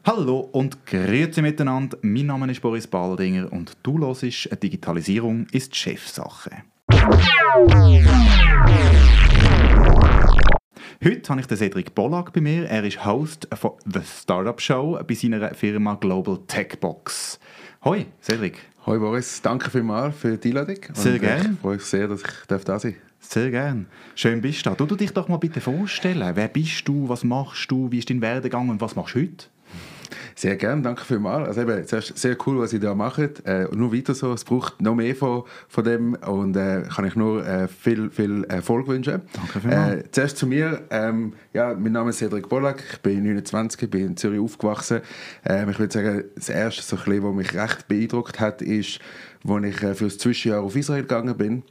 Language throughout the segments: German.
Hallo und grüezi miteinander. Mein Name ist Boris Baldinger und du hörst «Digitalisierung ist Chefsache». Heute habe ich den Cedric Bollack bei mir. Er ist Host von «The Startup Show» bei seiner Firma Global Techbox. Hoi, Cedric. Hoi Boris, danke vielmals für die Einladung. Sehr gerne. Ich freue mich sehr, dass ich da sein darf. Sehr gerne. Schön bist du da. Du dich doch mal bitte vorstellen. Wer bist du, was machst du, wie ist dein Werdegang und was machst du heute? Sehr gerne, danke vielmals. Also eben, zuerst sehr cool, was ihr da macht. Nur weiter so, es braucht noch mehr von dem und kann ich nur viel Erfolg wünschen. Danke vielmals. Zuerst zu mir. Mein Name ist Cedric Bollack, ich bin 29, bin in Zürich aufgewachsen. Ich würde sagen, das Erste, so ein bisschen, was mich recht beeindruckt hat, ist, als ich für das Zwischenjahr auf Israel gegangen bin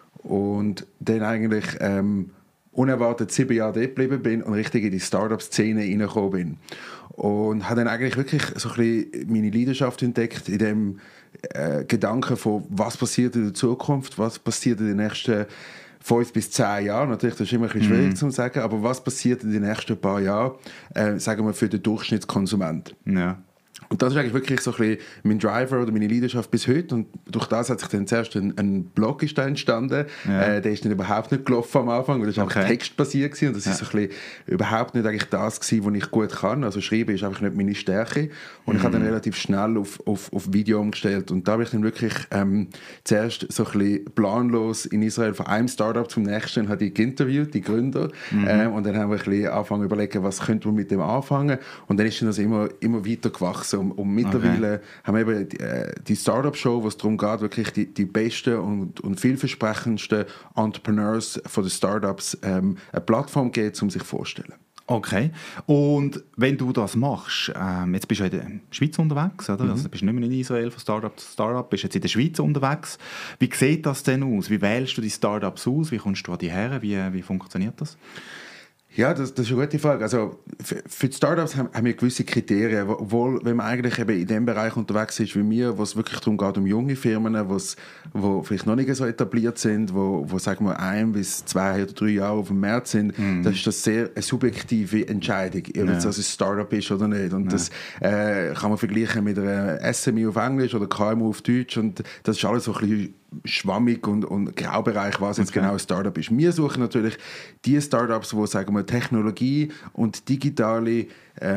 und dann eigentlich unerwartet 7 Jahre dort geblieben bin und richtig in die Startup-Szene reingekommen bin. Und habe dann eigentlich wirklich so ein bisschen meine Leidenschaft entdeckt in dem Gedanken von, was passiert in der Zukunft, was passiert in den nächsten 5 bis 10 Jahren. Natürlich, das ist immer ein bisschen schwierig zu sagen, aber was passiert in den nächsten paar Jahren, sagen wir, für den Durchschnittskonsument. Ja. Und das ist eigentlich wirklich so ein bisschen mein Driver oder meine Leidenschaft bis heute. Und durch das hat sich dann zuerst ein Blog ist da entstanden. Ja. Der ist dann überhaupt nicht gelaufen am Anfang, weil das einfach textbasiert gewesen. Und das ist so ein bisschen überhaupt nicht eigentlich das gewesen, was ich gut kann. Also schreiben ist einfach nicht meine Stärke. Und ich habe dann relativ schnell auf Video umgestellt. Und da habe ich dann wirklich zuerst so ein bisschen planlos in Israel von einem Startup zum nächsten habe ich interviewt, die Gründer. Und dann haben wir ein bisschen angefangen zu überlegen, was könnte man mit dem anfangen. Und dann ist dann das immer weiter gewachsen. Und mittlerweile haben wir eben die Startup-Show, wo es darum geht, wirklich die besten und vielversprechendsten Entrepreneurs von den Startups eine Plattform geben, um sich vorzustellen. Okay. Und wenn du das machst, jetzt bist du in der Schweiz unterwegs, oder? Also bist du nicht mehr in Israel von Startup zu Startup, bist jetzt in der Schweiz unterwegs. Wie sieht das denn aus? Wie wählst du die Startups aus? Wie kommst du an die her? Wie funktioniert das? Ja, das ist eine gute Frage. Also für die Startups haben wir gewisse Kriterien, obwohl, wenn man eigentlich eben in dem Bereich unterwegs ist wie wir, wo es wirklich darum geht, um junge Firmen, wo vielleicht noch nicht so etabliert sind, wo sagen wir 1 bis 2 oder 3 Jahre auf dem Markt sind, dann ist das sehr eine subjektive Entscheidung, ob das ein Startup ist oder nicht. Und das kann man vergleichen mit einer SME auf Englisch oder KMU auf Deutsch und das ist alles so ein bisschen schwammig und Graubereich, was jetzt genau ein Startup ist. Wir suchen natürlich die Startups, die, sagen wir, Technologie und digitale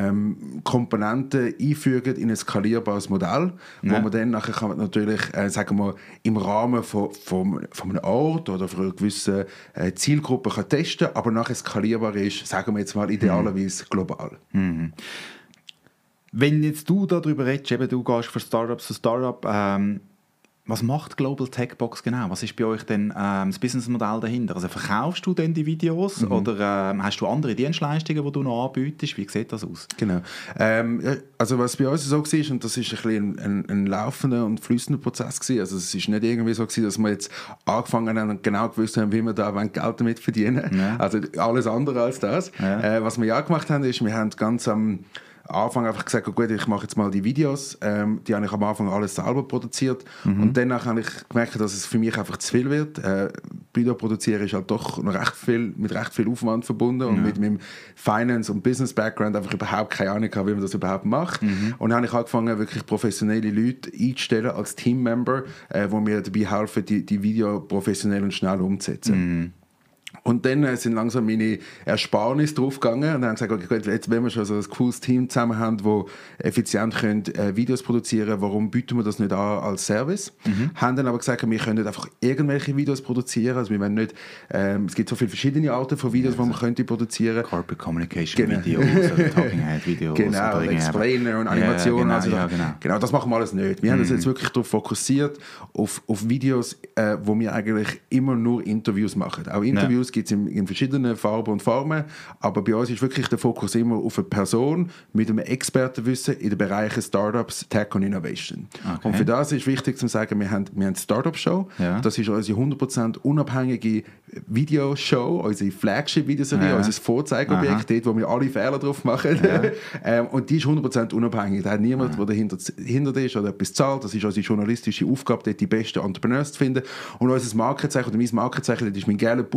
Komponenten einfügen in ein skalierbares Modell, wo man dann nachher kann man natürlich, sagen wir, im Rahmen von einem Ort oder von einer gewissen Zielgruppe kann testen, aber nachher skalierbar ist, sagen wir jetzt mal, idealerweise global. Wenn jetzt du darüber redest, eben du gehst von Startup zu Startup, was macht Global Techbox genau? Was ist bei euch denn das Businessmodell dahinter? Also verkaufst du denn die Videos oder hast du andere Dienstleistungen, die du noch anbietest? Wie sieht das aus? Genau. Also was bei uns so war, und das ist ein bisschen ein laufender und fließender Prozess gewesen. Also es ist nicht irgendwie so gewesen, dass wir jetzt angefangen haben und genau gewusst haben, wie wir da Geld damit verdienen. Ja. Also alles andere als das. Ja. Was wir ja gemacht haben, ist, wir haben ganz am Anfang einfach gesagt, gut, ich mache jetzt mal die Videos, die habe ich am Anfang alles selber produziert und danach habe ich gemerkt, dass es für mich einfach zu viel wird. Video produzieren ist halt doch noch mit recht viel Aufwand verbunden und mit meinem Finance- und Business-Background einfach überhaupt keine Ahnung habe, wie man das überhaupt macht. Und dann habe ich angefangen, wirklich professionelle Leute einzustellen als Teammember, die mir dabei helfen, die Video professionell und schnell umzusetzen. Und dann sind langsam meine Ersparnisse draufgegangen und haben gesagt, okay, jetzt, wenn wir schon so ein cooles Team zusammen haben, das effizient können, Videos produzieren können, warum bieten wir das nicht an als Service? Haben dann aber gesagt, wir können nicht einfach irgendwelche Videos produzieren, also wir wollen nicht, es gibt so viele verschiedene Arten von Videos, die man könnte produzieren. Corporate Communication Videos, Talking Head Videos. Genau, Explainer und Animationen. Genau, das machen wir alles nicht. Wir haben uns jetzt wirklich darauf fokussiert, auf Videos, wo wir eigentlich immer nur Interviews machen. Auch Interviews gibt es in verschiedenen Farben und Formen, aber bei uns ist wirklich der Fokus immer auf eine Person mit einem Expertenwissen in den Bereichen Startups, Tech und Innovation. Okay. Und für das ist wichtig zu sagen, wir haben die Startup-Show, das ist unsere 100% unabhängige Videoshow, unsere Flagship-Videoserie, unser Vorzeigeobjekt, dort, wo wir alle Fehler drauf machen. Und die ist 100% unabhängig. Da hat niemand, der dahinter ist oder etwas zahlt. Das ist unsere journalistische Aufgabe, dort die besten Entrepreneurs zu finden. Und unser Markenzeichen oder mein Markenzeichen, das ist mein gelber Pulli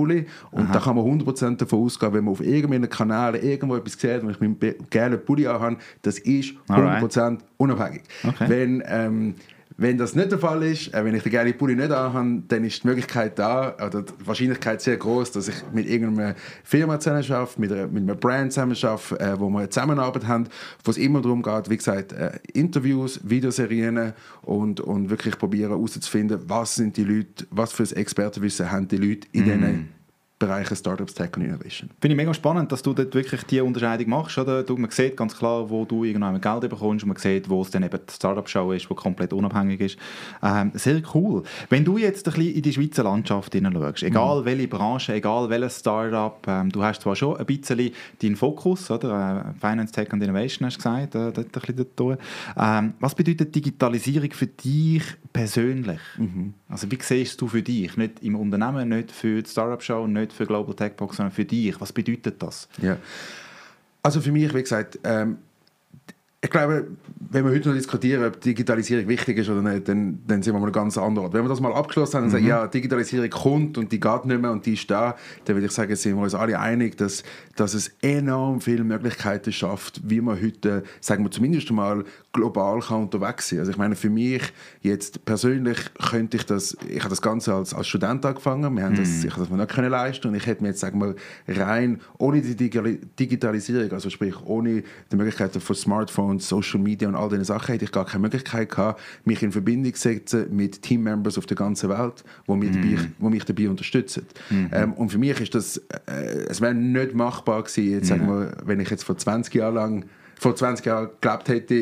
Und da kann man 100% davon ausgehen, wenn man auf irgendeinem Kanal irgendwo etwas sieht, und ich meinen gelben Pulli anhabe, das ist 100% unabhängig. Okay. Wenn das nicht der Fall ist, wenn ich den gelben Pulli nicht anhabe, dann ist die Möglichkeit da, oder die Wahrscheinlichkeit sehr groß, dass ich mit irgendeiner Firma zusammenarbeite, mit einer Brand zusammenarbeite, wo wir eine Zusammenarbeit haben, wo es immer darum geht, wie gesagt, Interviews, Videoserien und wirklich probieren herauszufinden, was sind die Leute, was für ein Expertenwissen haben die Leute in diesen Bereichen Startups, Tech und Innovation. Finde ich mega spannend, dass du dort wirklich die Unterscheidung machst. Oder? Man sieht ganz klar, wo du irgendwann Geld bekommst, und man sieht, wo es dann eben die Startup-Show ist, die komplett unabhängig ist. Sehr cool. Wenn du jetzt ein bisschen in die Schweizer Landschaft hineinschaust, egal welche Branche, egal welches Startup, du hast zwar schon ein bisschen deinen Fokus, oder? Finance, Tech und Innovation hast du gesagt, dort ein bisschen dort. Was bedeutet Digitalisierung für dich persönlich? Also wie siehst du für dich? Nicht im Unternehmen, nicht für die Startup-Show, nicht für Global Tech Box, sondern für dich. Was bedeutet das? Ja. Also für mich, wie gesagt, ich glaube, wenn wir heute noch diskutieren, ob Digitalisierung wichtig ist oder nicht, dann sind wir mal einen ganz anderen Ort. Wenn wir das mal abgeschlossen haben und sagen, ja, Digitalisierung kommt und die geht nicht mehr und die ist da, dann würde ich sagen, sind wir uns alle einig, dass es enorm viele Möglichkeiten schafft, wie man heute, sagen wir zumindest mal, global kann unterwegs sein. Also ich meine, für mich jetzt persönlich könnte ich habe das Ganze als Student angefangen, ich habe das mir nicht können leisten und ich hätte mir jetzt, sagen wir, rein ohne die Digitalisierung, also sprich ohne die Möglichkeiten von Smartphones, Social Media und all diese Sachen, hätte ich gar keine Möglichkeit gehabt, mich in Verbindung zu setzen mit Teammembers auf der ganzen Welt, die mich dabei unterstützen. Und für mich ist das, es wäre nicht machbar gewesen, jetzt, sagen wir, wenn ich jetzt vor 20 Jahren gelebt hätte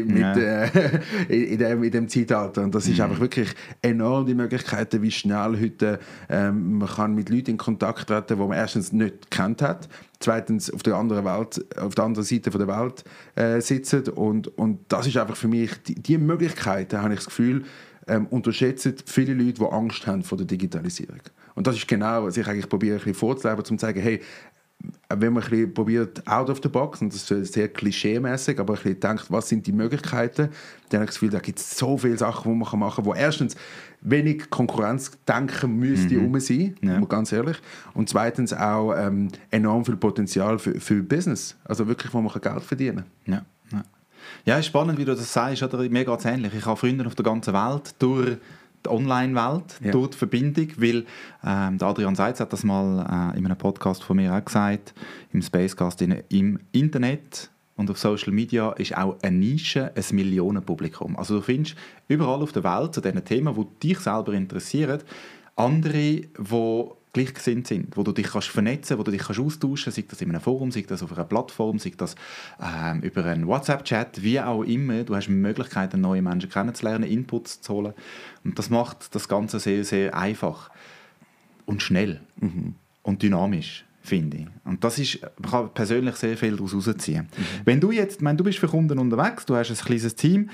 in dem Zeitalter. Und das ist einfach wirklich enorm, die Möglichkeiten, wie schnell heute man kann mit Leuten in Kontakt treten, die man erstens nicht gekannt hat, zweitens auf der anderen Seite der Welt sitzen. Und das ist einfach für mich, die Möglichkeiten, habe ich das Gefühl, unterschätzen viele Leute, die Angst haben vor der Digitalisierung. Und das ist genau, was ich eigentlich probiere, ein bisschen vorzuleben, um zu sagen, hey, wenn man ein bisschen probiert, out of the box, und das ist sehr klischee-mässig, aber ein bisschen denkt, was sind die Möglichkeiten, dann habe ich das Gefühl, da gibt es so viele Sachen, die man machen kann, wo erstens wenig Konkurrenzdenken müsste sein, ganz ehrlich, und zweitens auch enorm viel Potenzial für Business, also wirklich, wo man Geld verdienen kann. Ja, ist spannend, wie du das sagst, oder? Mir geht es ähnlich. Ich habe Freunde auf der ganzen Welt durch die Online-Welt, durch die Verbindung, weil der Adrian Seitz hat das mal in einem Podcast von mir auch gesagt, im Spacecast, im Internet und auf Social Media ist auch eine Nische ein Millionenpublikum. Also du findest überall auf der Welt zu diesen Themen, die dich selber interessieren, andere, die gleichgesinnt sind, wo du dich kannst vernetzen, wo du dich kannst austauschen, sei das in einem Forum, sei das auf einer Plattform, sei das über einen WhatsApp-Chat, wie auch immer. Du hast Möglichkeiten, neue Menschen kennenzulernen, Inputs zu holen. Und das macht das Ganze sehr, sehr einfach und schnell und dynamisch, finde ich. Und das ist, man kann persönlich sehr viel daraus herausziehen. Wenn du jetzt, du bist für Kunden unterwegs, du hast ein kleines Team,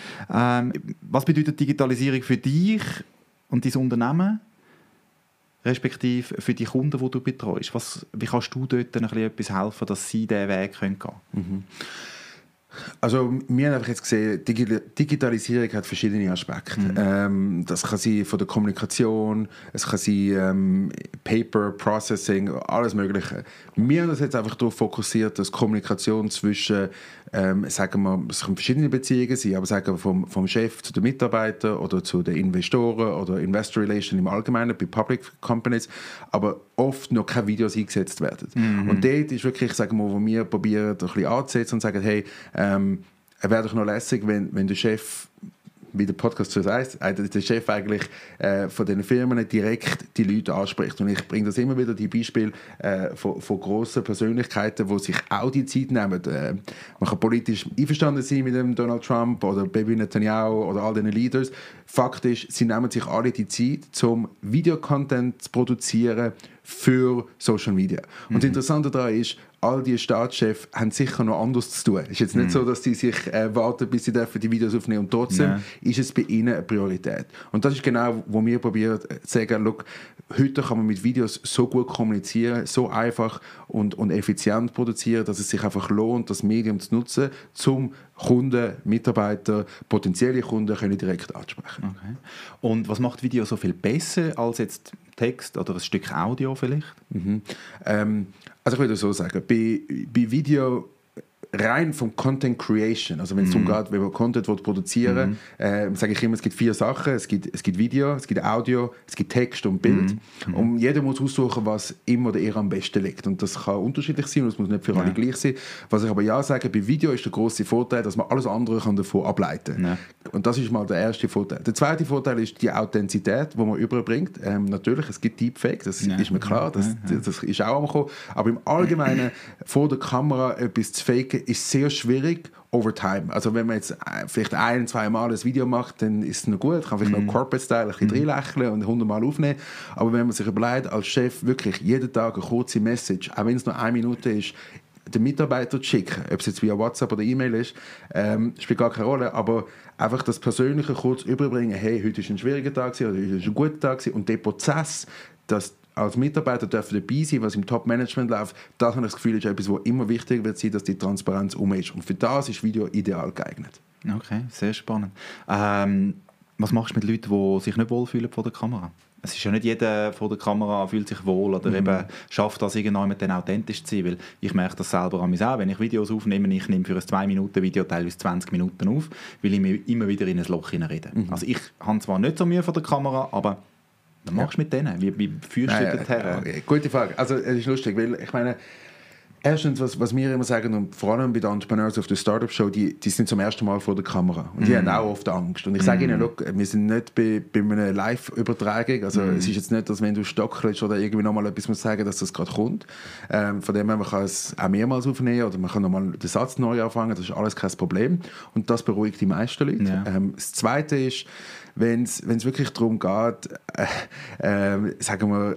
was bedeutet Digitalisierung für dich und dein Unternehmen? Respektive für die Kunden, die du betreust. Wie kannst du dort ein bisschen etwas helfen, dass sie diesen Weg gehen können? Also wir haben einfach jetzt gesehen, Digitalisierung hat verschiedene Aspekte. Das kann sein von der Kommunikation, es kann sein Paper, Processing, alles Mögliche. Wir haben uns jetzt einfach darauf fokussiert, dass Kommunikation zwischen, sagen wir, es können verschiedene Beziehungen sein, aber sagen wir vom Chef zu den Mitarbeitern oder zu den Investoren oder Investor Relation im Allgemeinen bei Public Companies, aber oft noch keine Videos eingesetzt werden. Und dort ist wirklich, sagen wir, wo wir probieren, ein bisschen anzusetzen und sagen, hey, wäre doch noch lässig, wenn der Chef, wie der Podcast so heißt, der Chef eigentlich von den Firmen direkt die Leute anspricht. Und ich bringe das immer wieder, die Beispiele von grossen Persönlichkeiten, die sich auch die Zeit nehmen. Man kann politisch einverstanden sein mit dem Donald Trump oder Baby Netanyahu oder all diesen Leaders. Fakt ist, sie nehmen sich alle die Zeit, um Videocontent zu produzieren für Social Media. Und das Interessante daran ist, all die Staatschefs haben sicher noch anderes zu tun. Es ist jetzt nicht so, dass die sich warten, bis sie die Videos aufnehmen und trotzdem ist es bei ihnen eine Priorität. Und das ist genau, wo wir probieren zu sagen, look, heute kann man mit Videos so gut kommunizieren, so einfach und effizient produzieren, dass es sich einfach lohnt, das Medium zu nutzen, um Kunden, Mitarbeiter, potenzielle Kunden können direkt ansprechen. Okay. Und was macht Video so viel besser als jetzt Text oder ein Stück Audio vielleicht? Also ich würde so sagen, bei Video rein vom Content Creation, also wenn es darum geht, wenn man Content produzieren will, sage ich immer, es gibt 4 Sachen. Es gibt Video, es gibt Audio, es gibt Text und Bild. Und jeder muss aussuchen, was ihm oder ihr am besten liegt. Und das kann unterschiedlich sein und es muss nicht für alle gleich sein. Was ich aber sage, bei Video ist der grosse Vorteil, dass man alles andere kann davon ableiten kann. Und das ist mal der erste Vorteil. Der zweite Vorteil ist die Authentizität, die man überbringt. Natürlich, es gibt Deepfake, das ist mir klar, das ist auch angekommen. Aber im Allgemeinen vor der Kamera etwas zu faken, ist sehr schwierig over time. Also wenn man jetzt vielleicht 1-2 Mal ein Video macht, dann ist es noch gut, kann vielleicht noch Corporate-Style ein bisschen reinlächeln und 100 Mal aufnehmen. Aber wenn man sich überlegt, als Chef wirklich jeden Tag eine kurze Message, auch wenn es nur 1 Minute ist, den Mitarbeiter zu schicken, ob es jetzt via WhatsApp oder E-Mail ist, spielt gar keine Rolle, aber einfach das Persönliche kurz überbringen, hey, heute ist ein schwieriger Tag oder heute ist ein guter Tag und der Prozess, dass als Mitarbeiter dürfen dabei sein, was im Top-Management läuft, das habe ich das Gefühl, ist etwas, was immer wichtiger wird sein, dass die Transparenz ist. Und für das ist Video ideal geeignet. Okay, sehr spannend. Was machst du mit Leuten, die sich nicht wohlfühlen vor der Kamera? Es ist ja nicht jeder vor der Kamera fühlt sich wohl oder eben schafft das irgendwann mit authentisch zu sein, weil ich merke das selber an mir auch, wenn ich Videos aufnehme, ich nehme für ein 2-Minuten-Video teilweise 20 Minuten auf, weil ich mir immer wieder in ein Loch hineinrede. Also ich habe zwar nicht so Mühe vor der Kamera, aber was machst du mit denen? Wie führst du das her? Okay. Gute Frage. Also es ist lustig, weil ich meine, erstens, was wir immer sagen, und vor allem bei den Entrepreneurs auf der Startup-Show, die sind zum ersten Mal vor der Kamera. Und die haben auch oft Angst. Und ich sage ihnen, look, wir sind nicht bei einer Live-Übertragung. Also es ist jetzt nicht, dass wenn du stockelst oder irgendwie nochmal etwas musst sagen, dass das gerade kommt. Von dem her, man kann es auch mehrmals aufnehmen oder man kann nochmal den Satz neu anfangen. Das ist alles kein Problem. Und das beruhigt die meisten Leute. Ja. Das Zweite ist, wenn es wirklich darum geht, sagen wir,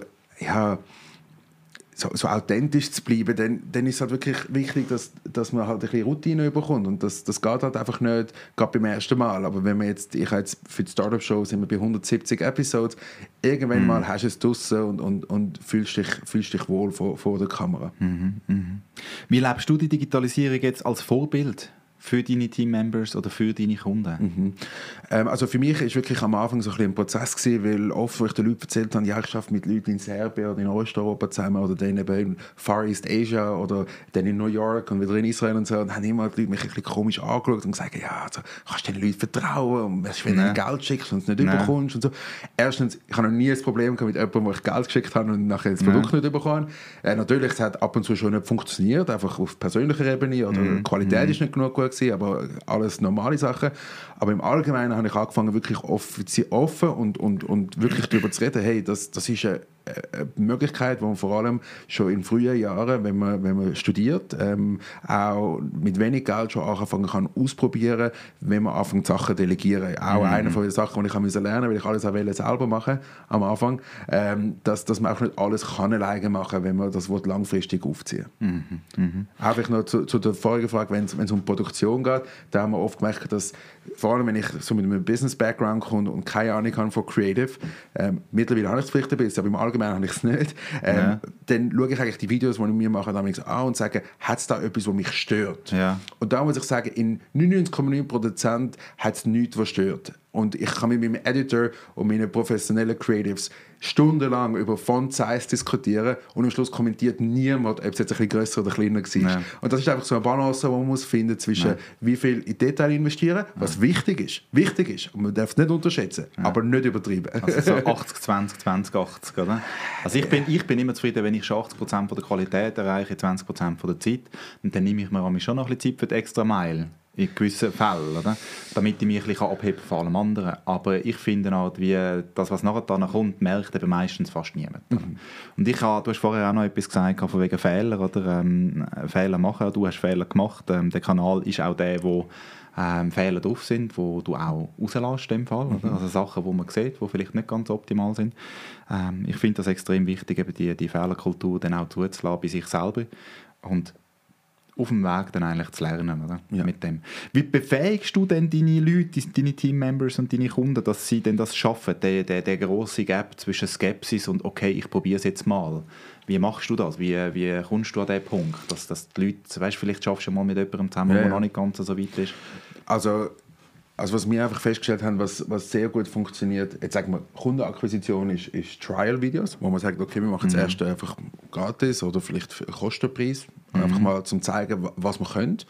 so authentisch zu bleiben, dann ist es halt wirklich wichtig, dass man halt ein bisschen Routine bekommt. Und das geht halt einfach nicht gerade beim ersten Mal. Aber wenn man jetzt, ich habe jetzt für die Startup-Show sind wir bei 170 Episodes, irgendwann mal hast du es draussen und fühlst dich wohl vor der Kamera. Wie lebst du die Digitalisierung jetzt als Vorbild für deine Teammembers oder für deine Kunden? Also für mich war wirklich am Anfang so ein Prozess gewesen, weil oft, wo ich den Leuten erzählt habe, ja, ich arbeite mit Leuten in Serbien oder in Osteuropa zusammen oder dann eben in Far East Asia oder dann in New York und wieder in Israel und so, und haben immer die Leute mich ein bisschen komisch angeschaut und gesagt, ja, also, kannst du den Leuten vertrauen und was ist, wenn du Geld schickst und es nicht überkommst und so. Erstens, ich habe noch nie ein Problem mit jemandem, wo ich Geld geschickt habe und nachher das Produkt nicht bekommen. Natürlich, es hat ab und zu schon nicht funktioniert, einfach auf persönlicher Ebene oder die Qualität ist nicht genug gut gewesen, aber alles normale Sachen. Aber im Allgemeinen habe ich angefangen, wirklich offen und wirklich darüber zu reden, hey, das ist eine Möglichkeit, die man vor allem schon in frühen Jahren, wenn man studiert, auch mit wenig Geld schon anfangen kann ausprobieren, wenn man anfängt, Sachen zu delegieren. Auch eine von den Sachen, die ich lernen musste, weil ich alles auch selber machen am Anfang, dass man auch nicht alles kann alleine machen, wenn man das langfristig aufziehen will. Einfach noch zu der vorigen Frage, wenn es um Produktion geht, da haben wir oft gemerkt, dass vor allem, wenn ich so mit einem Business-Background komme und keine Ahnung habe von Creative, mittlerweile habe ich es vielleicht ein bisschen, aber im Allgemeinen habe ich es nicht, dann schaue ich eigentlich die Videos, die ich mir mache, an und sage, hat es da etwas, was mich stört? Ja. Und da muss ich sagen, in 99,9% hat es nichts, was stört. Und ich kann mit meinem Editor und meinen professionellen Creatives stundenlang über Font-Size diskutieren und am Schluss kommentiert niemand, ob es jetzt ein bisschen grösser oder kleiner war. Ja. Und das ist einfach so eine Balance, die man muss finden zwischen wie viel in Detail investieren, was wichtig ist, und man darf es nicht unterschätzen, aber nicht übertreiben. Also so 80-20, 20-80, oder? Also ich bin immer zufrieden, wenn ich schon 80% von der Qualität erreiche, 20% von der Zeit, und dann nehme ich mir schon noch ein bisschen Zeit für die extra Meile. In gewissen Fällen, oder? Damit ich mich ein bisschen abheben von allem anderen. Aber ich finde halt, wie das, was nachher dann kommt, merkt eben meistens fast niemand. Und du hast vorher auch noch etwas gesagt von wegen Fehler, oder? Fehler machen, du hast Fehler gemacht. Der Kanal ist auch der, wo Fehler drauf sind, wo du auch rauslässt in dem Fall. Oder? Also Sachen, die man sieht, die vielleicht nicht ganz optimal sind. Ich finde das extrem wichtig, eben die Fehlerkultur dann auch zuzulassen bei sich selber. Und auf dem Weg dann eigentlich zu lernen, oder? Ja. Mit dem. Wie befähigst du denn deine Leute, deine Teammembers und deine Kunden, dass sie denn das schaffen, der grosse Gap zwischen Skepsis und okay, ich probiere es jetzt mal. Wie machst du das? Wie kommst du an diesen Punkt, dass die Leute, weißt, vielleicht schaffst du mal mit jemandem zusammen, der noch nicht ganz so weit ist? Also Also was wir einfach festgestellt haben, was sehr gut funktioniert, jetzt sagen wir, Kundenakquisition ist Trial-Videos, wo man sagt, okay, wir machen das erste einfach gratis oder vielleicht für einen Kostenpreis, einfach mal zum zeigen, was wir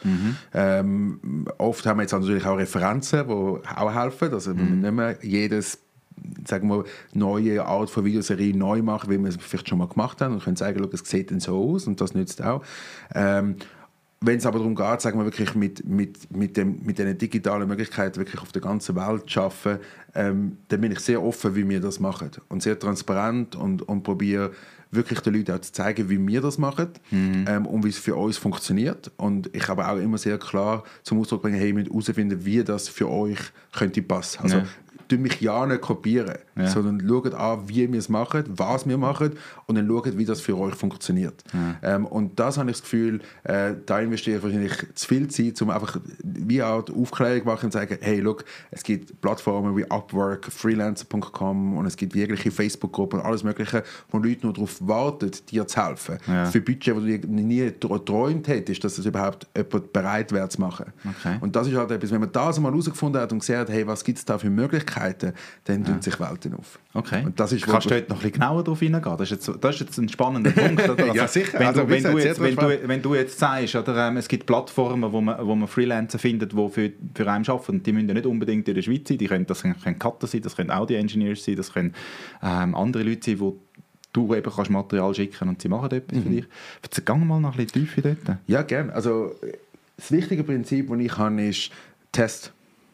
können. Oft haben wir jetzt natürlich auch Referenzen, die auch helfen, also wir müssen nicht mehr jedes, sagen wir, neue Art von Videoserie neu machen, wie wir es vielleicht schon mal gemacht haben und können sagen, es sieht dann so aus und das nützt auch. Wenn es aber darum geht, sagen wir wirklich mit diesen digitalen Möglichkeiten wirklich auf der ganzen Welt zu arbeiten, dann bin ich sehr offen, wie wir das machen und sehr transparent und probiere wirklich den Leuten auch zu zeigen, wie wir das machen und wie es für uns funktioniert. Und ich habe auch immer sehr klar zum Ausdruck bringen, hey, wir müssen herausfinden, wie das für euch könnte passen. Also, mich ja nicht kopieren, sondern schaut an, wie wir es machen, was wir machen und dann schaut, wie das für euch funktioniert. Und das habe ich das Gefühl, da investiere ich wahrscheinlich zu viel Zeit, um einfach wie eine Art Aufklärung zu machen und zu sagen, hey, look, es gibt Plattformen wie Upwork, Freelancer.com und es gibt jegliche Facebook-Gruppen und alles Mögliche, wo Leute nur darauf warten, dir zu helfen. Für Budget, wo du nie geträumt hättest, dass das überhaupt jemand bereit wäre zu machen. Okay. Und das ist halt etwas, wenn man das einmal herausgefunden hat und gesehen hat, hey, was gibt es da für Möglichkeiten, dann tun sich Welten auf. Okay. Und das ist, kannst du dort noch ein bisschen genauer darauf hineingehen? Das ist jetzt ein spannender Punkt. Oder? Also, ja, sicher. Wenn du jetzt sagst, oder, es gibt Plattformen, wo man Freelancer findet, die für einen arbeiten, und die müssen ja nicht unbedingt in der Schweiz sein, das können Cutter sein, das können Audio-Engineers sein, das können andere Leute sein, die du eben kannst Material schicken und sie machen etwas für dich. Gehen wir mal noch ein bisschen tiefer dort. Ja, gerne. Also, das wichtige Prinzip, das ich habe, ist Test.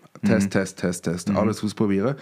Test. Alles ausprobieren.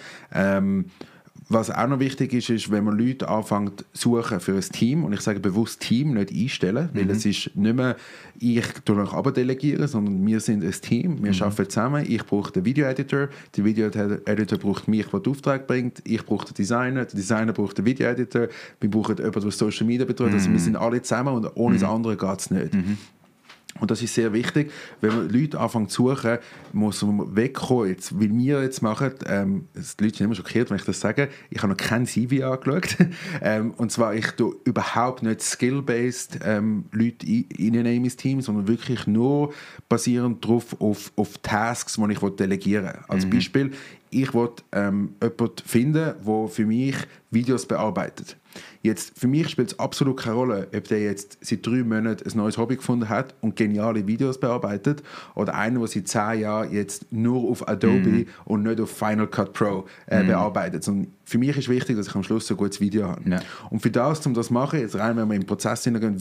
Was auch noch wichtig ist, wenn man Leute anfängt zu suchen für ein Team, und ich sage bewusst Team, nicht einstellen, weil es ist nicht mehr, ich delegieren, sondern wir sind ein Team, wir arbeiten zusammen, ich brauche den Video-Editor, der Video-Editor braucht mich, der den Auftrag bringt, ich brauche den Designer braucht den Video-Editor, wir brauchen jemanden, der Social Media betreut, also wir sind alle zusammen und ohne das andere geht es nicht. Und das ist sehr wichtig, wenn man Leute anfangen zu suchen, muss man wegkommen, jetzt, weil wir jetzt machen, die Leute sind immer schockiert, wenn ich das sage, ich habe noch kein CV angeschaut, und zwar, ich tue überhaupt nicht skill-based Leute reinnehmen in mein Team, sondern wirklich nur basierend darauf auf Tasks, die ich delegieren will. Als Beispiel, ich will jemanden finden, der für mich Videos bearbeitet. Jetzt, für mich spielt es absolut keine Rolle, ob der jetzt seit 3 Monaten ein neues Hobby gefunden hat und geniale Videos bearbeitet oder einer, der seit 10 Jahren jetzt nur auf Adobe und nicht auf Final Cut Pro bearbeitet. Und für mich ist wichtig, dass ich am Schluss ein gutes Video habe. Ja. Und für das, um das zu machen, jetzt rein, wenn wir im Prozess hineingehen,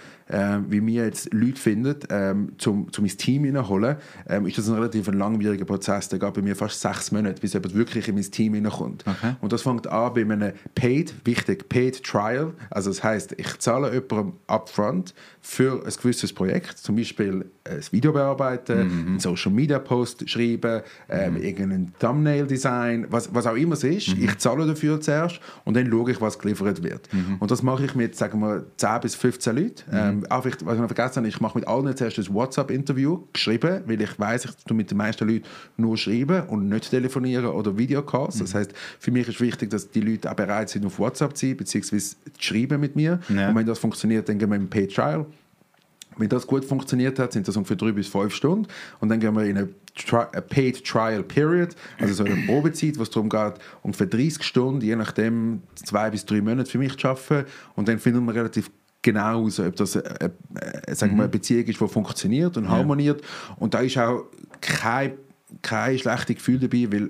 wie wir jetzt Leute finden, zum mein Team hineinholen, ist das ein relativ langwieriger Prozess. Der geht bei mir fast 6 Monate, bis jemand wirklich in mein Team hineinkommt. Okay. Und das fängt an bei einem Paid Trial. Also das heisst, ich zahle jemandem upfront für ein gewisses Projekt, zum Beispiel ein Video bearbeiten, einen Social Media Post schreiben, irgendein Thumbnail Design, was auch immer es ist. Ich zahle dafür zuerst und dann schaue ich, was geliefert wird. Und das mache ich mit, sagen wir, 10 bis 15 Leuten. Was ich noch vergessen habe, ich mache mit allen zuerst ein WhatsApp-Interview geschrieben, weil ich weiss, ich tue mit den meisten Leuten nur schreiben und nicht telefonieren oder Videocalls. Das heisst, für mich ist wichtig, dass die Leute auch bereit sind, auf WhatsApp zu sein, beziehungsweise zu schreiben mit mir. Ja. Und wenn das funktioniert, dann gehen wir in Paid Trial. Wenn das gut funktioniert hat, sind das ungefähr 3 bis 5 Stunden. Und dann gehen wir in eine Paid Trial Period, also so eine Probezeit, wo es darum geht, ungefähr 30 Stunden, je nachdem 2 bis 3 Monate für mich zu arbeiten. Und dann finden wir relativ genau heraus, ob das eine Beziehung ist, die funktioniert und harmoniert. Und da ist auch kein schlechtes Gefühl dabei, weil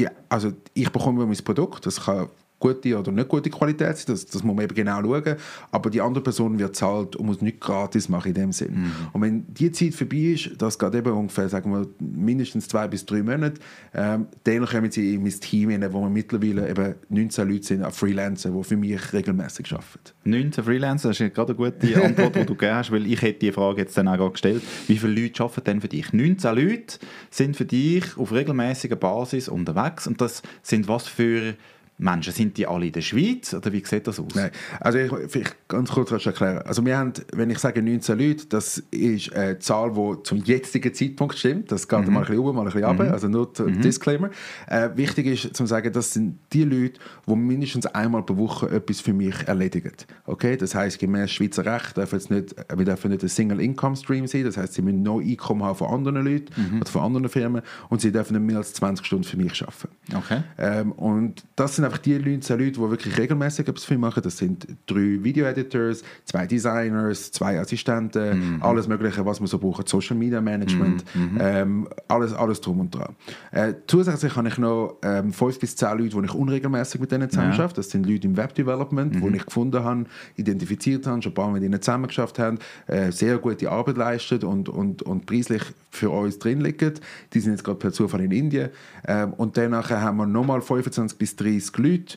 ich bekomme mein Produkt, das kann gute oder nicht gute Qualität sein, das muss man eben genau schauen, aber die andere Person wird zahlt und muss nicht gratis machen in dem Sinn. Und wenn die Zeit vorbei ist, das geht eben ungefähr, sagen wir, mindestens 2 bis 3 Monate, dann kommen sie in mein Team rein, wo wir mittlerweile eben 19 Leute sind, Freelancer, die für mich regelmäßig arbeiten. 19 Freelancer, das ist gerade eine gute Antwort, die du gegeben hast, weil ich hätte die Frage jetzt dann auch gerade gestellt. Wie viele Leute arbeiten denn für dich? 19 Leute sind für dich auf regelmäßiger Basis unterwegs und das sind was für Menschen? Sind die alle in der Schweiz oder wie sieht das aus? Nein, also vielleicht ganz kurz erklären. Also wir haben, wenn ich sage 19 Leute, das ist eine Zahl, die zum jetzigen Zeitpunkt stimmt. Das geht mal ein bisschen oben, mal ein bisschen runter, also nur Disclaimer. Wichtig ist zu sagen, das sind die Leute, die mindestens einmal pro Woche etwas für mich erledigen. Okay? Das heisst, gemäß Schweizer Recht wir dürfen nicht ein Single-Income-Stream sein, das heisst, sie müssen noch Einkommen haben von anderen Leuten oder von anderen Firmen und sie dürfen nicht mehr als 20 Stunden für mich arbeiten. Okay. Und das sind einfach die 19 Leute, die wirklich regelmäßig etwas für mich machen. Das sind 3 Video-Editors, 2 Designers, 2 Assistenten, alles Mögliche, was man so braucht, Social Media Management, alles drum und dran. Zusätzlich habe ich noch 5 bis 10 Leute, die ich unregelmäßig mit denen zusammen arbeite. Das sind Leute im Web-Development, die ich gefunden habe, identifiziert habe, schon ein paar Mal mit ihnen zusammen geschafft haben, sehr gute Arbeit leisten und preislich für uns drin liegen. Die sind jetzt gerade per Zufall in Indien. Und danach haben wir nochmal 25 bis 30 Leute,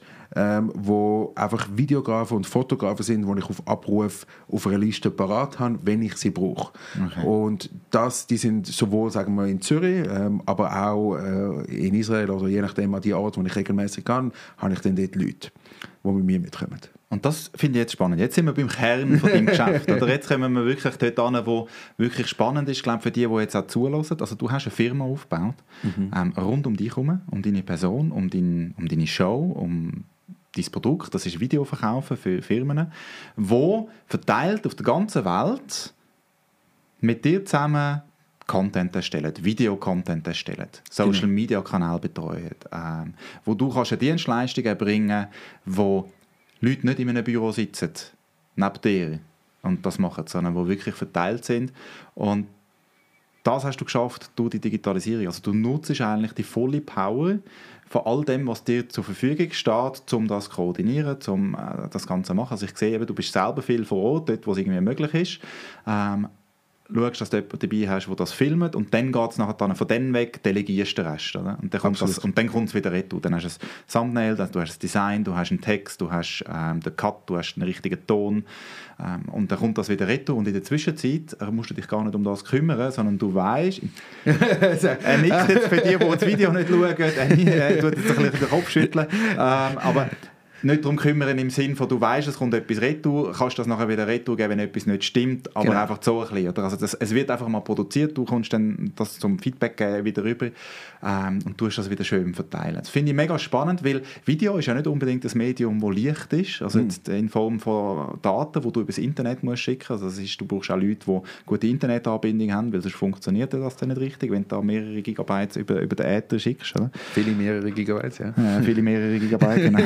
wo einfach Videografen und Fotografen sind, die ich auf Abruf auf einer Liste parat habe, wenn ich sie brauche. Okay. Und die sind sowohl, sagen wir, in Zürich, aber auch in Israel oder je nachdem an die Ort, wo ich regelmäßig kann, habe ich dann dort Leute, die mit mir mitkommen. Und das finde ich jetzt spannend. Jetzt sind wir beim Kern von deinem Geschäft. Oder jetzt kommen wir wirklich dort an, wo wirklich spannend ist, glaube ich, für die jetzt auch zuhören. Also du hast eine Firma aufgebaut, rund um dich herum, um deine Person, um deine Show, um dein Produkt. Das ist Videoverkaufen für Firmen, wo verteilt auf der ganzen Welt mit dir zusammen Content erstellen, Video-Content erstellen, Social-Media-Kanal betreuen, wo du kannst eine Dienstleistung erbringen, wo Leute nicht in einem Büro sitzen, neben dir und das machen, sondern die wirklich verteilt sind. Und das hast du geschafft durch die Digitalisierung. Also du nutzt eigentlich die volle Power von all dem, was dir zur Verfügung steht, um das zu koordinieren, um das Ganze zu machen. Also ich sehe, du bist selber viel vor Ort, dort, wo es irgendwie möglich ist. Schaust, dass du jemanden dabei hast, der das filmt und dann geht es nachher dann von dann weg, delegierst du den Rest. Oder? Und dann kommt es wieder retour. Dann hast du ein Thumbnail, du hast das Design, du hast einen Text, du hast den Cut, du hast einen richtigen Ton und dann kommt das wieder retour und in der Zwischenzeit musst du dich gar nicht um das kümmern, sondern du weißt, er nickt jetzt für die das Video nicht schauen, er tut jetzt ein bisschen den Kopf schütteln, aber nicht darum kümmern im Sinne von, du weißt, es kommt etwas retour, kannst das nachher wieder retour geben, wenn etwas nicht stimmt, aber einfach so ein bisschen. Oder? Also es wird einfach mal produziert, du kommst dann das zum Feedback geben wieder rüber und tust das wieder schön verteilen. Das finde ich mega spannend, weil Video ist ja nicht unbedingt ein Medium, das leicht ist, also jetzt in Form von Daten, die du über das Internet musst schicken. Also du brauchst auch Leute, die gute Internetanbindung haben, weil sonst funktioniert das dann nicht richtig, wenn du da mehrere Gigabytes über den Äther schickst. Oder? Viele mehrere Gigabytes, ja. Viele mehrere Gigabyte, genau.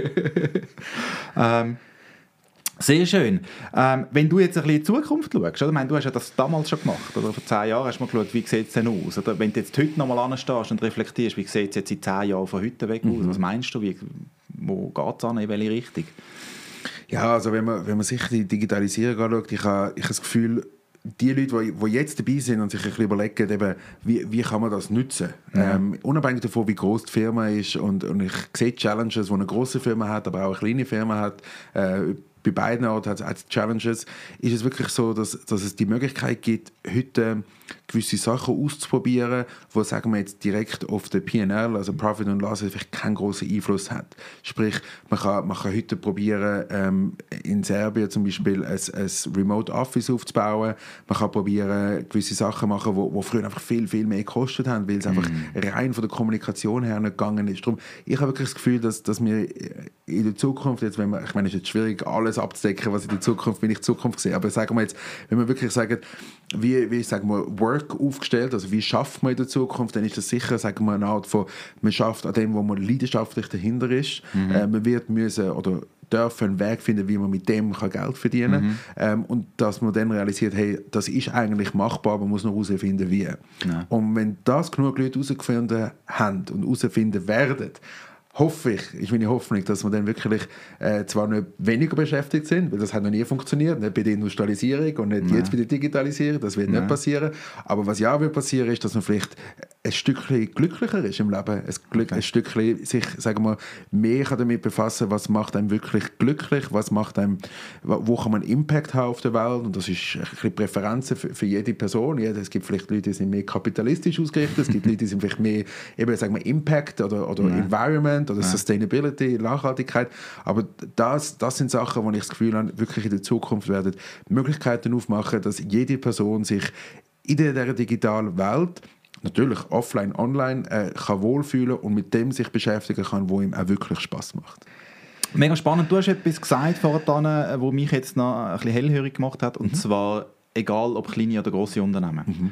Sehr schön. Wenn du jetzt ein bisschen in die Zukunft schaust, oder? Ich meine, du hast ja das damals schon gemacht, oder vor 10 Jahren hast du mal geschaut, wie sieht es denn aus? Oder wenn du jetzt heute noch mal anstehst und reflektierst, wie sieht es jetzt in 10 Jahren von heute weg aus? Was meinst du, wo geht es an, in welche Richtung? Ja, also wenn man sich die Digitalisierung anschaut, ich habe das Gefühl, die Leute, die jetzt dabei sind und sich ein bisschen überlegen, eben, wie kann man das nutzen? Ja. Unabhängig davon, wie groß die Firma ist und ich sehe Challenges, die eine grosse Firma hat, aber auch eine kleine Firma hat, bei beiden Orten hat es Challenges, ist es wirklich so, dass es die Möglichkeit gibt, heute gewisse Sachen auszuprobieren, die, sagen wir jetzt, direkt auf den P&L, also Profit and Loss, vielleicht keinen grossen Einfluss hat. Sprich, man kann heute probieren, in Serbien zum Beispiel ein Remote Office aufzubauen. Man kann probieren, gewisse Sachen machen, die früher einfach viel, viel mehr gekostet haben, weil es einfach rein von der Kommunikation her nicht gegangen ist. Darum, ich habe wirklich das Gefühl, dass wir in der Zukunft, jetzt, ich meine, es ist jetzt schwierig, alles abzudecken, was in der Zukunft, wenn ich die Zukunft sehe, aber sagen wir jetzt, wenn wir wirklich sagen, wie sagen wir, Work aufgestellt, also wie schafft man in der Zukunft, dann ist das sicher, sagen wir, eine Art von, man schafft an dem, wo man leidenschaftlich dahinter ist. Man wird müssen oder dürfen einen Weg finden, wie man mit dem Geld verdienen kann. Und dass man dann realisiert, hey, das ist eigentlich machbar, man muss noch herausfinden, wie. Ja. Und wenn das genug Leute herausgefunden haben und herausfinden werden, hoffe ich, ist meine Hoffnung, dass wir dann wirklich zwar nicht weniger beschäftigt sind, weil das hat noch nie funktioniert, nicht bei der Industrialisierung und nicht jetzt bei der Digitalisierung, das wird nicht passieren, aber was ja wird passieren, ist, dass wir vielleicht ein Stückchen glücklicher ist im Leben, ein Stückchen sich, sagen wir, mehr damit befassen, was macht einem wirklich glücklich, was macht einem, wo kann man Impact haben auf der Welt, und das ist ein bisschen Präferenzen für jede Person. Es gibt vielleicht Leute, die sind mehr kapitalistisch ausgerichtet, es gibt Leute, die sind vielleicht mehr, eben, sagen wir, Impact oder Environment oder Sustainability, Nachhaltigkeit, aber das sind Sachen, wo ich das Gefühl habe, wirklich in der Zukunft werden Möglichkeiten aufmachen, dass jede Person sich in dieser digitalen Welt, natürlich offline, online, kann wohlfühlen und mit dem sich beschäftigen kann, wo ihm auch wirklich Spass macht. Mega spannend. Du hast etwas gesagt vorhin, was mich jetzt noch ein bisschen hellhörig gemacht hat, und zwar, egal ob kleine oder grosse Unternehmen.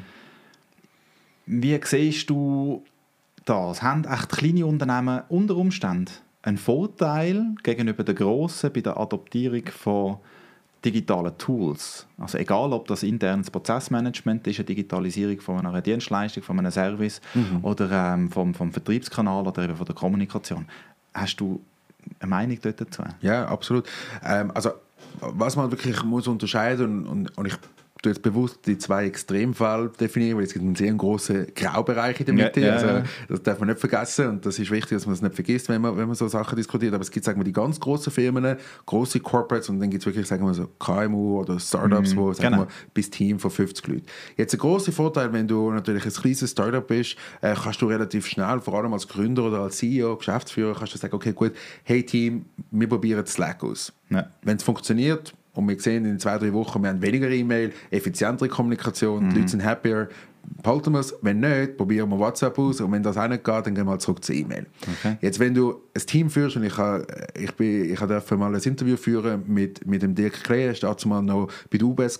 Wie siehst du das? Haben echt kleine Unternehmen unter Umständen einen Vorteil gegenüber den grossen bei der Adoptierung von digitalen Tools? Also egal, ob das internes Prozessmanagement ist, eine Digitalisierung von einer Dienstleistung, von einem Service oder vom Vertriebskanal oder eben von der Kommunikation. Hast du eine Meinung dort dazu? Ja, absolut. Also was man wirklich muss unterscheiden, und ich jetzt bewusst die zwei Extremfälle definieren, weil es gibt einen sehr grossen Graubereich in der Mitte. Also, das darf man nicht vergessen, und das ist wichtig, dass man das nicht vergisst, wenn man so Sachen diskutiert. Aber es gibt, sagen wir, die ganz grossen Firmen, grosse Corporates, und dann gibt es wirklich, sagen wir, so KMU oder Startups, wo, sagen wir, bis Team von 50 Leuten. Jetzt ein grosser Vorteil, wenn du natürlich ein kleines Startup bist, kannst du relativ schnell, vor allem als Gründer oder als CEO, Geschäftsführer, kannst du sagen, okay, gut, hey Team, wir probieren Slack aus. Ja. Wenn es funktioniert, und wir sehen in 2-3 Wochen, wir haben weniger E-Mail, effizientere Kommunikation, die Leute sind happier, behalten wir es. Wenn nicht, probieren wir WhatsApp aus, und wenn das auch nicht geht, dann gehen wir zurück zur E-Mail. Okay. Jetzt, wenn du ein Team führst, und ich durfte mal ein Interview führen mit dem Dirk Klee, er war mal noch bei der UBS,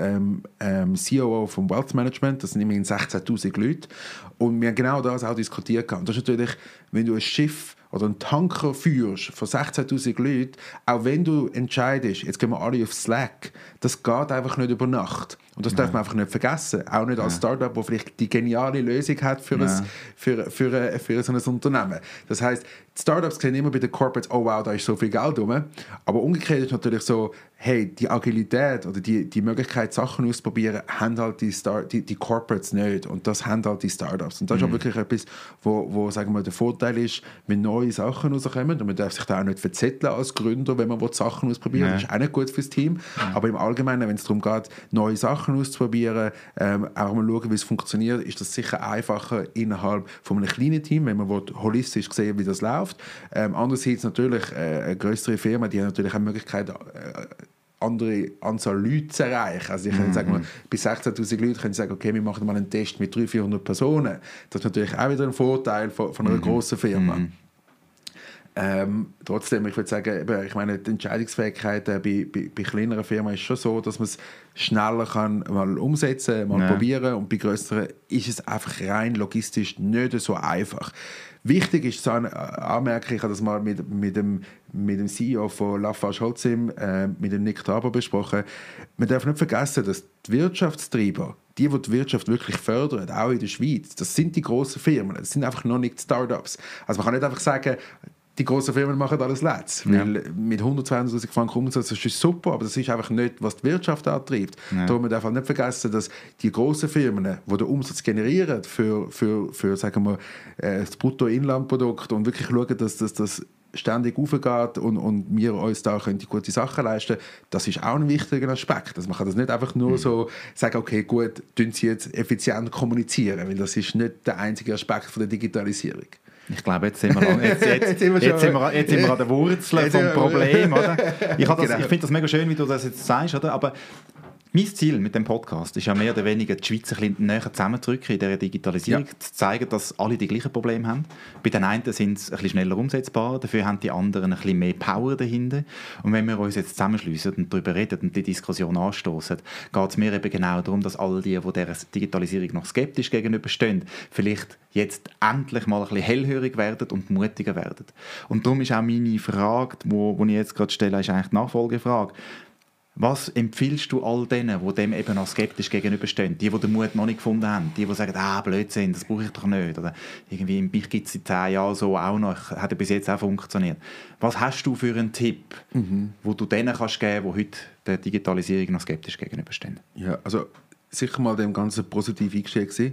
COO vom Wealth Management, das sind immerhin 16'000 Leute, und wir haben genau das auch diskutiert. Und das ist natürlich, wenn du ein Schiff oder einen Tanker führst von 16'000 Leuten, auch wenn du entscheidest, jetzt gehen wir alle auf Slack, das geht einfach nicht über Nacht. Und das darf man einfach nicht vergessen. Auch nicht als Startup, das vielleicht die geniale Lösung hat für so ein Unternehmen. Das heisst, die Startups sehen immer bei den Corporates, oh wow, da ist so viel Geld rum. Aber umgekehrt ist natürlich so, hey, die Agilität oder die Möglichkeit, Sachen auszuprobieren, haben halt die Corporates nicht. Und das haben halt die Startups. Und das ist auch wirklich etwas, wo sagen wir, der Vorteil ist, wenn neue Sachen rauskommen, und man darf sich da auch nicht verzetteln als Gründer, wenn man Sachen ausprobieren will. Das ist auch nicht gut fürs Team. Aber im Allgemeinen, wenn es darum geht, neue Sachen auszuprobieren, auch mal schauen, wie es funktioniert, ist das sicher einfacher innerhalb von einem kleinen Team, wenn man holistisch sehen, wie das läuft. Andererseits natürlich eine größere Firma, die hat natürlich auch die Möglichkeit, andere Anzahl Leute zu erreichen. Also ich kann sagen, bei 16'000 Leuten können sagen, okay, wir machen mal einen Test mit 300-400 Personen. Das ist natürlich auch wieder ein Vorteil von einer grossen Firma. Trotzdem, ich würde sagen, ich meine, die Entscheidungsfähigkeit bei kleineren Firmen ist schon so, dass man es schneller kann mal umsetzen, mal probieren, und bei grösseren ist es einfach rein logistisch nicht so einfach. Wichtig ist zu anmerken, ich habe das mal mit dem CEO von LafargeHolcim, mit dem Nick Traber besprochen. Man darf nicht vergessen, dass die Wirtschaftstreiber, die Wirtschaft wirklich fördern, auch in der Schweiz, das sind die grossen Firmen, das sind einfach noch nicht Startups. Also man kann nicht einfach sagen, die grossen Firmen machen alles letztes. Weil mit 120'000 Franken Umsatz, das ist super, aber das ist einfach nicht, was die Wirtschaft antreibt. Darum darf man nicht vergessen, dass die grossen Firmen, die den Umsatz generieren für sagen wir, das Bruttoinlandprodukt, und wirklich schauen, dass das ständig aufgeht und wir uns da können die gute Sachen leisten, das ist auch ein wichtiger Aspekt. Also man kann das nicht einfach nur so sagen, okay, gut, tun Sie jetzt effizient kommunizieren, weil das ist nicht der einzige Aspekt von der Digitalisierung. Ich glaube, jetzt sind wir an der Wurzel vom Problem. Oder? Ich finde das mega schön, wie du das jetzt sagst. Oder? Aber mein Ziel mit dem Podcast ist ja mehr oder weniger, die Schweiz ein bisschen näher zusammenzudrücken in dieser Digitalisierung, zu zeigen, dass alle die gleichen Probleme haben. Bei den einen sind es ein bisschen schneller umsetzbar, dafür haben die anderen ein bisschen mehr Power dahinter. Und wenn wir uns jetzt zusammenschliessen und darüber reden und die Diskussion anstoßen, geht es mir eben genau darum, dass all die dieser Digitalisierung noch skeptisch gegenüberstehen, vielleicht jetzt endlich mal ein bisschen hellhörig werden und mutiger werden. Und darum ist auch meine Frage, die ich jetzt gerade stelle, ist eigentlich die Nachfolgefrage. Was empfiehlst du all denen, die dem eben noch skeptisch gegenüberstehen? Die den Mut noch nicht gefunden haben? Die sagen, Blödsinn, das brauche ich doch nicht. Oder irgendwie, mich gibt es in 10 Jahren so auch noch, hat bis jetzt auch funktioniert. Was hast du für einen Tipp, wo du denen kannst geben, die heute der Digitalisierung noch skeptisch gegenüberstehen? Ja, also sicher mal dem Ganzen positiv eingestellt gewesen.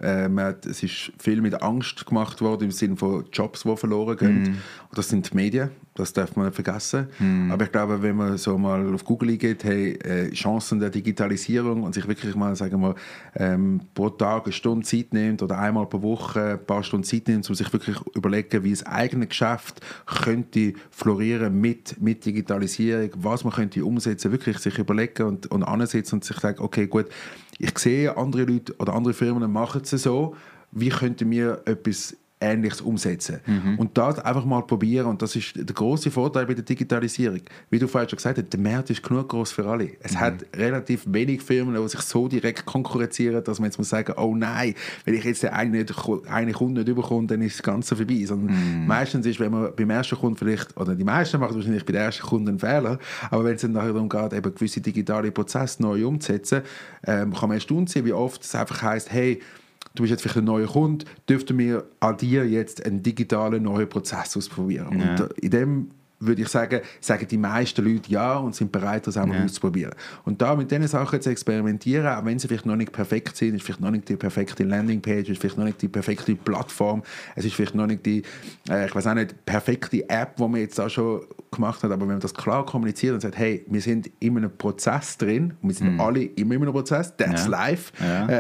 Es ist viel mit Angst gemacht worden, im Sinne von Jobs, die verloren gehen. Und das sind die Medien, das darf man nicht vergessen. Aber ich glaube, wenn man so mal auf Google eingeht, hey, Chancen der Digitalisierung und sich wirklich mal, sagen wir, pro Tag eine Stunde Zeit nimmt oder einmal pro Woche ein paar Stunden Zeit nimmt, um sich wirklich überlegen, wie das eigene Geschäft könnte florieren mit Digitalisierung, was man könnte umsetzen, wirklich sich überlegen und ansetzen und sich sagen, okay, gut, ich sehe, andere Leute oder andere Firmen machen es so, wie könnten wir etwas Ähnliches umsetzen. Und das einfach mal probieren. Und das ist der grosse Vorteil bei der Digitalisierung. Wie du vorhin schon gesagt hast, der Markt ist genug groß für alle. Es hat relativ wenig Firmen, die sich so direkt konkurrenzieren, dass man jetzt muss sagen, oh nein, wenn ich jetzt eine Kunde nicht bekomme, dann ist das Ganze vorbei. Sondern meistens ist, wenn man beim ersten Kunden vielleicht, oder die meisten machen wahrscheinlich bei der ersten Kunden einen Fehler, aber wenn es dann nachher darum geht, eben gewisse digitale Prozesse neu umzusetzen, kann man erstaunt sein, wie oft es einfach heisst, hey, du bist jetzt vielleicht ein neuer Kunde, dürften wir an dir jetzt einen digitalen neuen Prozess ausprobieren. Ja. Und in dem würde ich sagen die meisten Leute ja und sind bereit, das auch mal auszuprobieren. Und da mit diesen Sachen zu experimentieren, auch wenn sie vielleicht noch nicht perfekt sind, ist vielleicht noch nicht die perfekte Landingpage, ist vielleicht noch nicht die perfekte Plattform, es ist vielleicht noch nicht die, ich weiß auch nicht, perfekte App, die man jetzt da schon gemacht hat, aber wenn man das klar kommuniziert und sagt, hey, wir sind in einem Prozess drin, und wir sind alle immer in einem Prozess, that's life,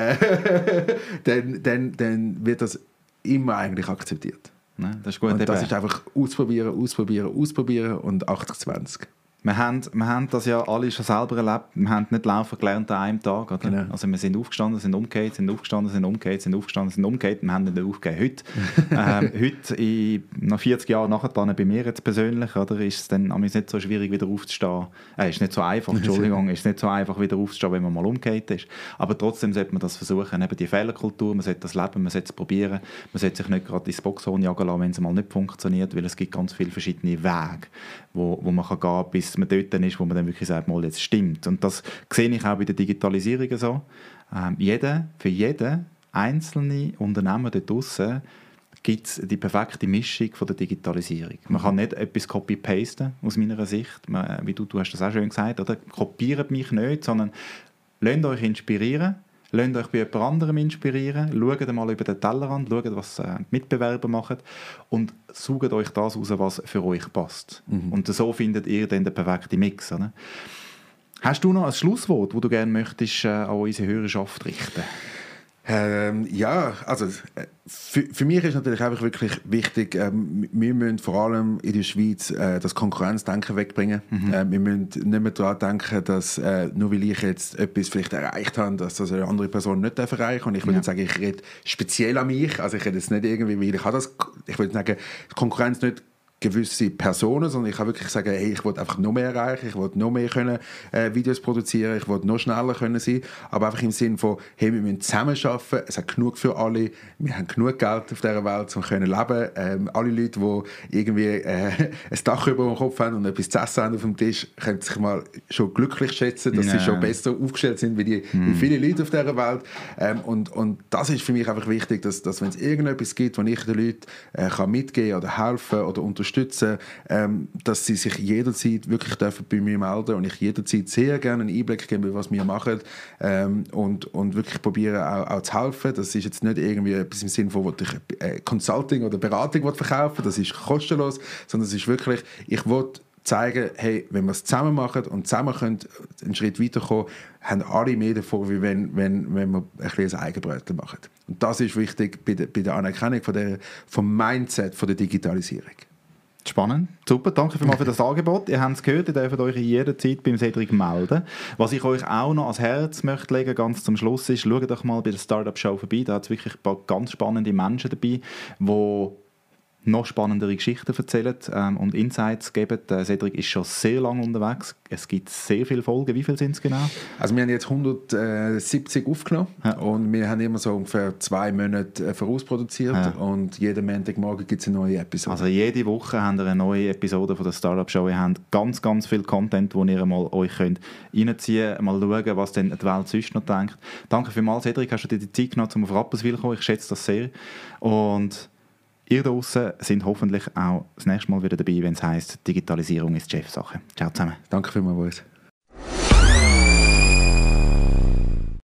dann wird das immer eigentlich akzeptiert. Ja, das ist gut. Und das ist einfach ausprobieren und 80-20. Wir haben das ja alle schon selber erlebt. Wir haben nicht laufen gelernt an einem Tag. Oder? Genau. Also wir sind aufgestanden, sind umgekehrt, sind aufgestanden, sind umgekehrt, sind aufgestanden, sind umgekehrt. Wir haben nicht aufgegeben. Heute, nach 40 Jahren nachher, bei mir jetzt persönlich, oder, ist es dann nicht so schwierig, wieder aufzustehen. Ist nicht so einfach, Entschuldigung, ist nicht so einfach, wieder aufzustehen, wenn man mal umgekehrt ist. Aber trotzdem sollte man das versuchen. Eben die Fehlerkultur, man sollte das leben, man sollte es probieren. Man sollte sich nicht gerade ins Boxhorn jagen lassen, wenn es mal nicht funktioniert, weil es gibt ganz viele verschiedene Wege, wo man kann gehen, bis man dort ist, wo man dann wirklich sagt, mal, jetzt stimmt. Und das sehe ich auch bei der Digitalisierung so. Für jeden einzelnen Unternehmer dort draussen gibt es die perfekte Mischung von der Digitalisierung. Man kann nicht etwas copy-pasten, aus meiner Sicht. Wie du hast das auch schön gesagt, oder? Kopiert mich nicht, sondern lasst euch inspirieren. Lasst euch bei jemand anderem inspirieren, schaut mal über den Tellerrand, schaut, was die Mitbewerber machen und sucht euch das raus, was für euch passt. Und so findet ihr dann den perfekten Mix. Oder? Hast du noch ein Schlusswort, das du gerne möchtest an unsere Hörerschaft richten? Ja, also für mich ist natürlich einfach wirklich wichtig, wir müssen vor allem in der Schweiz das Konkurrenzdenken wegbringen. Wir müssen nicht mehr daran denken, dass nur weil ich jetzt etwas vielleicht erreicht habe, dass das eine andere Person nicht erreichen darf. Und ich würde jetzt sagen, ich rede speziell an mich, also ich rede jetzt nicht irgendwie, weil ich würde sagen, Konkurrenz nicht gewisse Personen, sondern ich kann wirklich sagen, hey, ich will einfach noch mehr erreichen, ich will noch mehr können, Videos produzieren, ich will noch schneller können sein, aber einfach im Sinne von, hey, wir müssen zusammen arbeiten, es hat genug für alle, wir haben genug Geld auf dieser Welt, um können leben. Alle Leute, die irgendwie ein Dach über dem Kopf haben und etwas zu essen haben auf dem Tisch, können sich mal schon glücklich schätzen, dass sie schon besser aufgestellt sind wie viele Leute auf dieser Welt. Und das ist für mich einfach wichtig, dass wenn es irgendetwas gibt, wo ich den Leuten kann mitgeben oder helfen oder unterstützen, dass sie sich jederzeit wirklich dürfen bei mir melden und ich jederzeit sehr gerne einen Einblick gebe, was wir machen und wirklich probieren auch zu helfen. Das ist jetzt nicht irgendwie etwas im Sinne von, ich Consulting oder Beratung verkaufen, das ist kostenlos, sondern es ist wirklich, ich will zeigen, hey, wenn wir es zusammen machen und zusammen können einen Schritt weiterkommen, haben alle mehr davon, wie wenn wir ein bisschen ein Eigenbrötchen machen. Und das ist wichtig bei der Anerkennung vom Mindset von der Digitalisierung. Spannend, super, danke vielmals für das Angebot. Ihr habt es gehört, ihr dürft euch jederzeit beim Cedric melden. Was ich euch auch noch ans Herz möchte legen, ganz zum Schluss ist, schaut doch mal bei der Startup Show vorbei, da hat es wirklich ein paar ganz spannende Menschen dabei, die noch spannendere Geschichten erzählen und Insights geben. Cedric ist schon sehr lange unterwegs. Es gibt sehr viele Folgen. Wie viele sind es genau? Also wir haben jetzt 170 aufgenommen und wir haben immer so ungefähr 2 Monate vorausproduziert und jeden Montagmorgen gibt es eine neue Episode. Also jede Woche haben wir eine neue Episode von der Startup Show. Ihr habt ganz, ganz viel Content, wo ihr mal euch könnt reinziehen könnt, mal schauen, was denn die Welt sonst noch denkt. Danke vielmals, Cedric, hast du dir die Zeit genommen, um auf Rapperswil zu kommen. Ich schätze das sehr. Und ihr draussen sind hoffentlich auch das nächste Mal wieder dabei, wenn es heisst, Digitalisierung ist Chefsache. Ciao zusammen. Danke vielmals, Boris.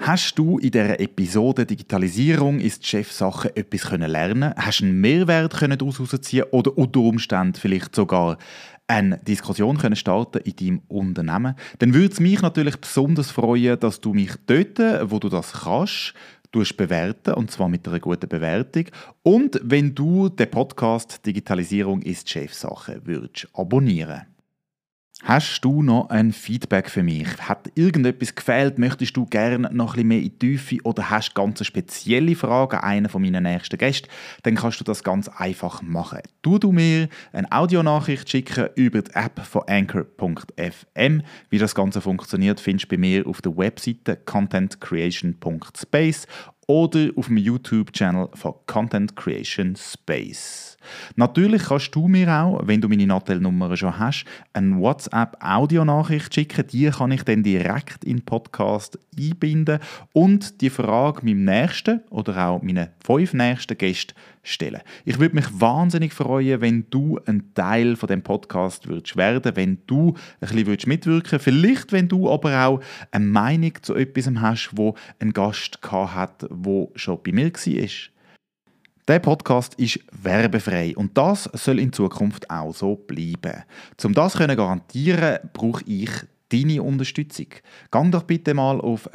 Hast du in dieser Episode Digitalisierung ist Chefsache etwas lernen können? Hast du einen Mehrwert daraus herausziehen oder unter Umständen vielleicht sogar eine Diskussion starten in deinem Unternehmen? Dann würde es mich natürlich besonders freuen, dass du mich dort, wo du das kannst, bewerten, und zwar mit einer guten Bewertung. Und wenn du den Podcast «Digitalisierung ist Chefsache» würdest abonnieren. Hast du noch ein Feedback für mich? Hat irgendetwas gefehlt? Möchtest du gerne noch ein bisschen mehr in die Tiefe oder hast ganz spezielle Fragen an einen von meinen nächsten Gästen? Dann kannst du das ganz einfach machen. Du mir eine Audionachricht schicken über die App von Anchor.fm. Wie das Ganze funktioniert, findest du bei mir auf der Webseite contentcreation.space oder auf dem YouTube-Channel von Content Creation Space. Natürlich kannst du mir auch, wenn du meine Nattel-Nummer schon hast, eine WhatsApp-Audio-Nachricht schicken. Die kann ich dann direkt in den Podcast einbinden und die Frage meinem nächsten oder auch meinen 5 nächsten Gästen stellen. Ich würde mich wahnsinnig freuen, wenn du ein Teil von dem Podcast würdest werden, wenn du ein bisschen mitwirken würdest. Vielleicht, wenn du aber auch eine Meinung zu etwas hast, wo ein Gast hat, der schon bei mir war. Der Podcast ist werbefrei und das soll in Zukunft auch so bleiben. Um das zu garantieren, brauche ich deine Unterstützung. Gang doch bitte mal auf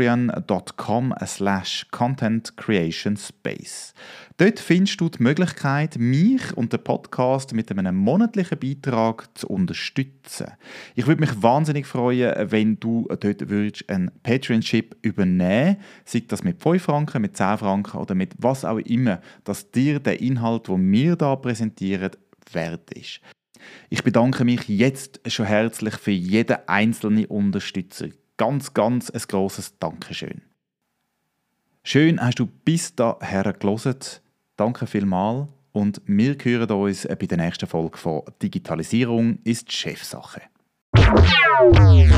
patreon.com/contentcreationspace. Dort findest du die Möglichkeit, mich und den Podcast mit einem monatlichen Beitrag zu unterstützen. Ich würde mich wahnsinnig freuen, wenn du dort einen Patreonship übernehmen würdest, sei das mit 5 Franken, mit 10 Franken oder mit was auch immer, dass dir der Inhalt, den wir hier präsentieren, wert ist. Ich bedanke mich jetzt schon herzlich für jeden einzelnen Unterstützer. Ganz ein grosses Dankeschön. Schön hast du bis dahin gehört. Danke vielmals und wir hören uns bei der nächsten Folge von «Digitalisierung ist Chefsache».